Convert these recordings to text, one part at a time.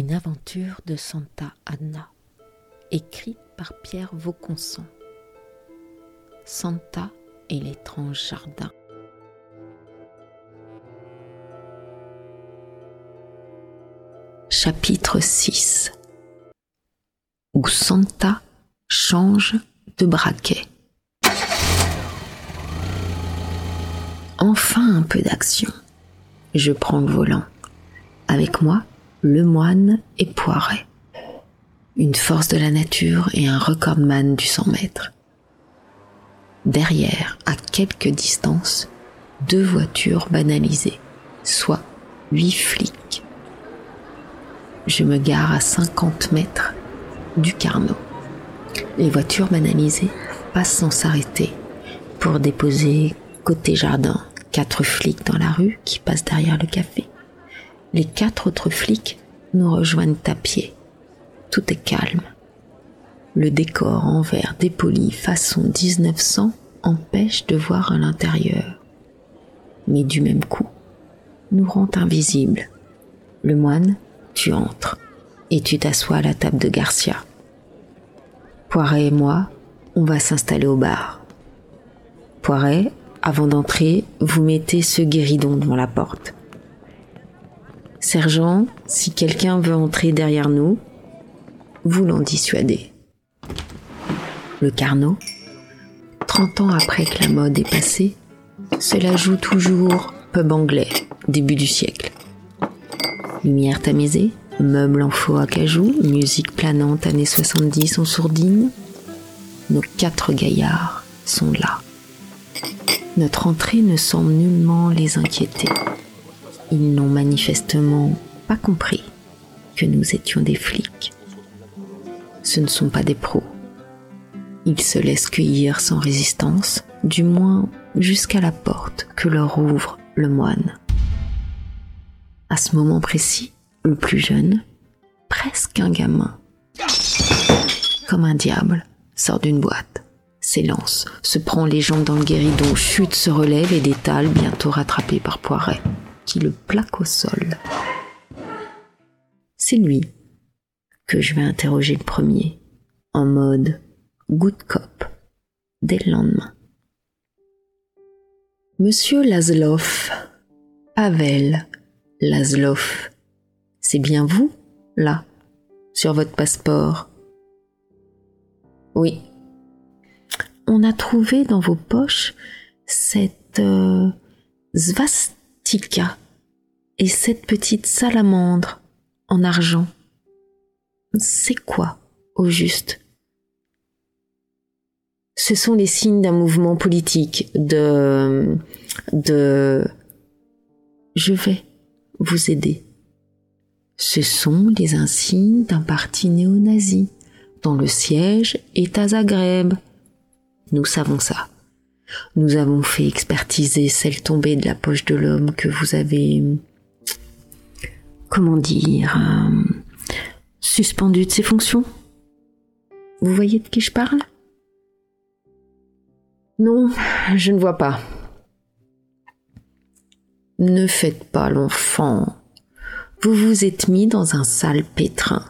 Une aventure de Santa Anna, écrite par Pierre Vaucanson. Santa et l'étrange jardin. Chapitre 6. Où Santa change de braquet. Enfin un peu d'action. Je prends le volant. Avec moi, le moine et Poiret. Une force de la nature et un recordman du 100 mètres. Derrière, à quelques distances, 2 voitures banalisées, soit 8 flics. Je me gare à 50 mètres du Carnot. Les voitures banalisées passent sans s'arrêter pour déposer côté jardin 4 flics dans la rue qui passent derrière le café. Les 4 autres flics nous rejoignent à pied. Tout est calme. Le décor en verre dépoli façon 1900 empêche de voir à l'intérieur. Mais du même coup, nous rend invisibles. Le moine, tu entres et tu t'assois à la table de Garcia. Poiret et moi, on va s'installer au bar. Poiret, avant d'entrer, vous mettez ce guéridon devant la porte. Sergent, si quelqu'un veut entrer derrière nous, vous l'en dissuadez. Le Carnot, 30 ans après que la mode est passée, cela joue toujours pub anglais, début du siècle. Lumière tamisée, meubles en faux acajou, musique planante années 70 en sourdine. Nos 4 gaillards sont là. Notre entrée ne semble nullement les inquiéter. Ils n'ont manifestement pas compris que nous étions des flics. Ce ne sont pas des pros. Ils se laissent cueillir sans résistance, du moins jusqu'à la porte que leur ouvre le moine. À ce moment précis, le plus jeune, presque un gamin, comme un diable, sort d'une boîte, s'élance, se prend les jambes dans le guéridon, chute, se relève et détale, bientôt rattrapé par Poiret, qui le plaque au sol. C'est lui que je vais interroger le premier, en mode good cop, dès le lendemain. Monsieur Laszloff, Pavel Laszloff, c'est bien vous, là, sur votre passeport? Oui. On a trouvé dans vos poches cette svastika et cette petite salamandre en argent. C'est quoi, au juste? Ce sont les signes d'un mouvement politique, Je vais vous aider. Ce sont les insignes d'un parti néo-nazi, dont le siège est à Zagreb. Nous savons ça. Nous avons fait expertiser celle tombée de la poche de l'homme que vous avez, suspendu de ses fonctions. Vous voyez de qui je parle? Non, je ne vois pas. Ne faites pas l'enfant. Vous vous êtes mis dans un sale pétrin.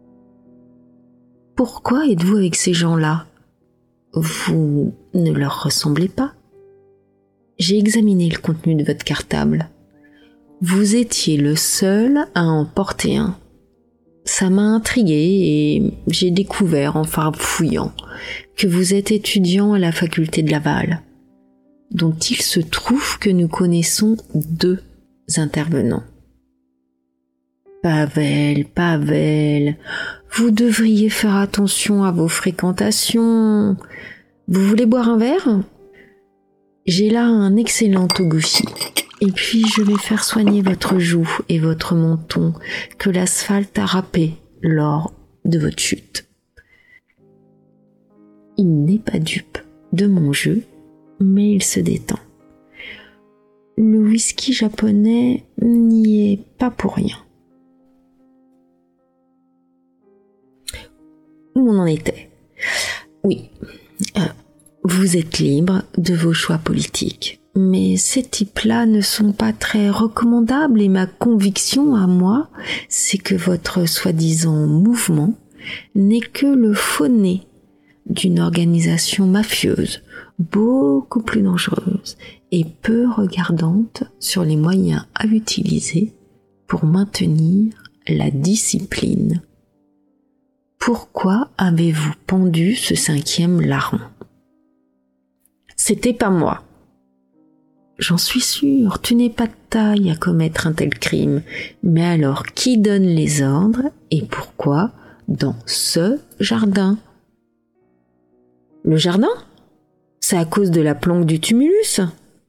Pourquoi êtes-vous avec ces gens-là? Vous ne leur ressemblez pas. J'ai examiné le contenu de votre cartable. Vous étiez le seul à en porter un. Ça m'a intrigué et j'ai découvert en farfouillant que vous êtes étudiant à la faculté de Laval, dont il se trouve que nous connaissons 2 intervenants. Pavel, vous devriez faire attention à vos fréquentations. Vous voulez boire un verre? J'ai là un excellent togoshi. Et puis je vais faire soigner votre joue et votre menton que l'asphalte a râpé lors de votre chute. Il n'est pas dupe de mon jeu, mais il se détend. Le whisky japonais n'y est pas pour rien. Où on en était? Oui, vous êtes libre de vos choix politiques, mais ces types-là ne sont pas très recommandables et ma conviction à moi, c'est que votre soi-disant mouvement n'est que le faux nez d'une organisation mafieuse, beaucoup plus dangereuse et peu regardante sur les moyens à utiliser pour maintenir la discipline. Pourquoi avez-vous pendu ce 5e larron ? C'était pas moi. J'en suis sûre, tu n'es pas de taille à commettre un tel crime. Mais alors, qui donne les ordres et pourquoi dans ce jardin ? Le jardin ? C'est à cause de la planque du tumulus.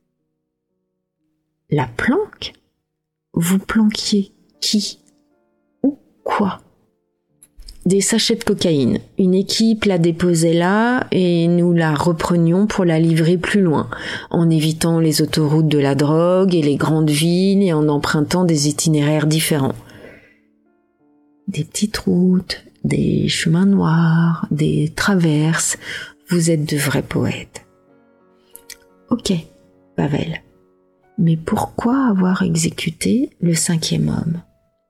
La planque ? Vous planquiez qui ? Ou quoi ? Des sachets de cocaïne. Une équipe la déposait là et nous la reprenions pour la livrer plus loin, en évitant les autoroutes de la drogue et les grandes villes et en empruntant des itinéraires différents. Des petites routes, des chemins noirs, des traverses. Vous êtes de vrais poètes. Ok, Pavel. Mais pourquoi avoir exécuté le 5e homme ?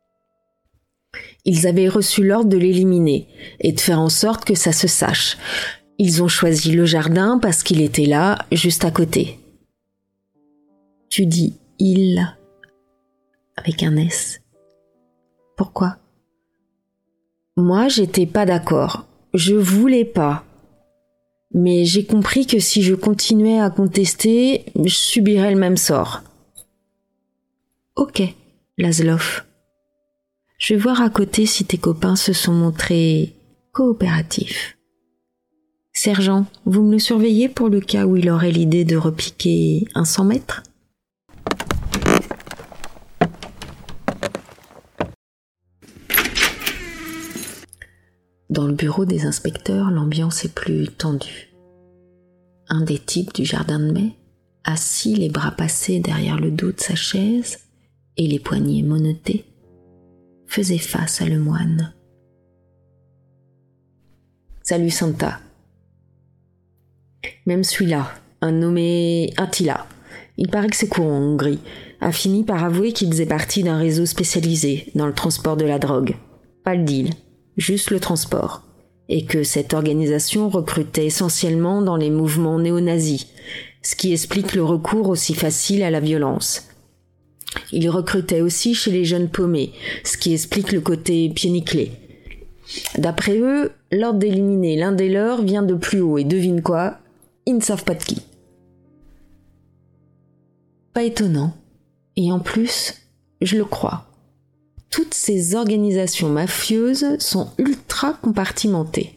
Ils avaient reçu l'ordre de l'éliminer et de faire en sorte que ça se sache. Ils ont choisi le jardin parce qu'il était là, juste à côté. Tu dis « il » avec un S. Pourquoi ? Moi, j'étais pas d'accord. Je voulais pas. Mais j'ai compris que si je continuais à contester, je subirais le même sort. Ok, Laszlo. Je vais voir à côté si tes copains se sont montrés coopératifs. Sergent, vous me le surveillez pour le cas où il aurait l'idée de repiquer un 100 mètres ? Dans le bureau des inspecteurs, l'ambiance est plus tendue. Un des types du jardin de mai, assis les bras passés derrière le dos de sa chaise et les poignets menottés, faisait face à le moine. « Salut Santa. Même celui-là, un nommé Attila, il paraît que c'est courant en Hongrie, a fini par avouer qu'il faisait partie d'un réseau spécialisé dans le transport de la drogue. Pas le deal, juste le transport. Et que cette organisation recrutait essentiellement dans les mouvements néo-nazis, ce qui explique le recours aussi facile à la violence. Il recrutait aussi chez les jeunes paumés, ce qui explique le côté pieds nickelés. D'après eux, l'ordre d'éliminer l'un des leurs vient de plus haut et devine quoi ? Ils ne savent pas de qui. Pas étonnant. Et en plus, je le crois. Toutes ces organisations mafieuses sont ultra compartimentées.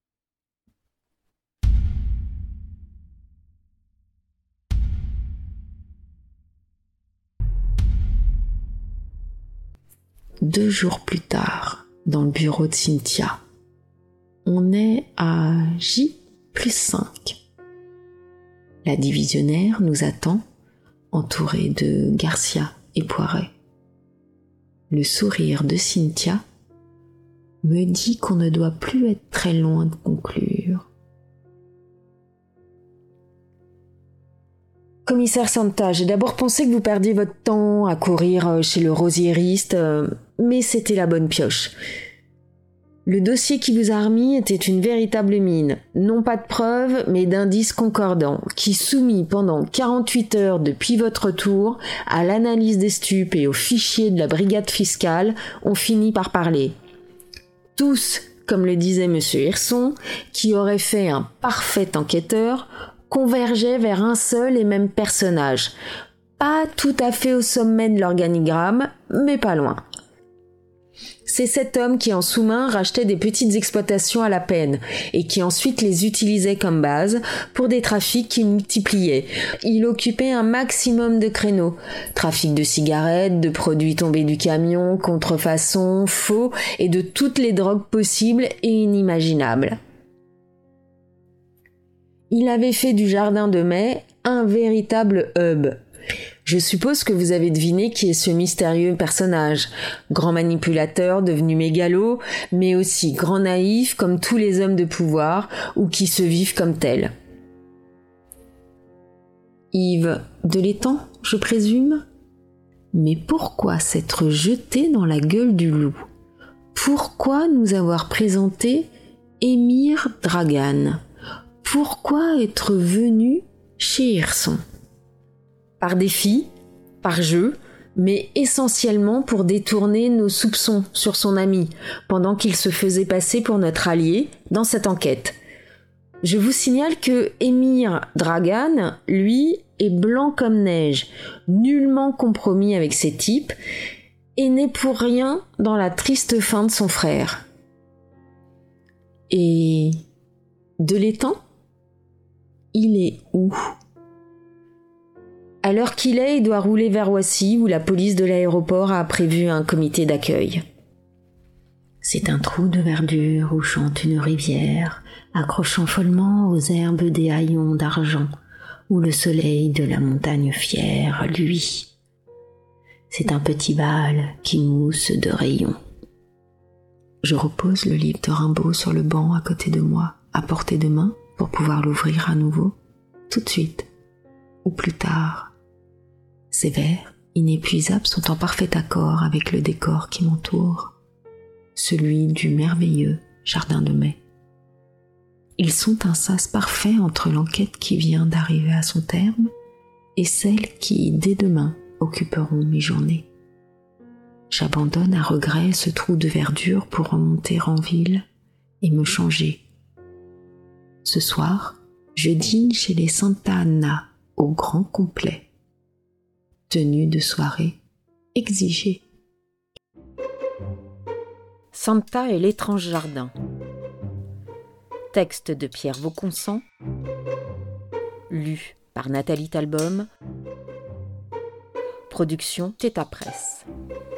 Deux jours plus tard, dans le bureau de Cynthia, on est à J+5. La divisionnaire nous attend, entourée de Garcia et Poiret. Le sourire de Cynthia me dit qu'on ne doit plus être très loin de conclure. Commissaire Santa, j'ai d'abord pensé que vous perdiez votre temps à courir chez le rosiériste, mais c'était la bonne pioche. Le dossier qui vous a remis était une véritable mine, non pas de preuves, mais d'indices concordants, qui, soumis pendant 48 heures depuis votre retour à l'analyse des stupes et aux fichiers de la brigade fiscale, ont fini par parler. Tous, comme le disait M. Hirson, qui aurait fait un parfait enquêteur, convergeaient vers un seul et même personnage. Pas tout à fait au sommet de l'organigramme, mais pas loin. C'est cet homme qui en sous-main rachetait des petites exploitations à la peine et qui ensuite les utilisait comme base pour des trafics qui multipliaient. Il occupait un maximum de créneaux. Trafic de cigarettes, de produits tombés du camion, contrefaçon, faux et de toutes les drogues possibles et inimaginables. Il avait fait du jardin de mai un véritable hub. Je suppose que vous avez deviné qui est ce mystérieux personnage, grand manipulateur devenu mégalo, mais aussi grand naïf comme tous les hommes de pouvoir ou qui se vivent comme tels. Yves de l'étang, je présume? Mais pourquoi s'être jeté dans la gueule du loup? Pourquoi nous avoir présenté Émir Dragan? Pourquoi être venu chez Hirson? Par défi, par jeu, mais essentiellement pour détourner nos soupçons sur son ami, pendant qu'il se faisait passer pour notre allié dans cette enquête. Je vous signale que Émir Dragan, lui, est blanc comme neige, nullement compromis avec ces types, et n'est pour rien dans la triste fin de son frère. Et de l'étang? Il est où? À l'heure qu'il est, il doit rouler vers Roissy, où la police de l'aéroport a prévu un comité d'accueil. C'est un trou de verdure où chante une rivière, accrochant follement aux herbes des haillons d'argent, où le soleil de la montagne fière luit. C'est un petit bal qui mousse de rayons. Je repose le livre de Rimbaud sur le banc à côté de moi, à portée de main, pour pouvoir l'ouvrir à nouveau, tout de suite, ou plus tard. Ces vers, inépuisables, sont en parfait accord avec le décor qui m'entoure, celui du merveilleux jardin de mai. Ils sont un sas parfait entre l'enquête qui vient d'arriver à son terme et celle qui, dès demain, occuperont mes journées. J'abandonne à regret ce trou de verdure pour remonter en ville et me changer. Ce soir, je dîne chez les Santa Anna au grand complet. Tenue de soirée exigée. Santa et l'étrange jardin. Texte de Pierre Vauconsant. Lu par Nathalie Talbom. Production Theta Presse.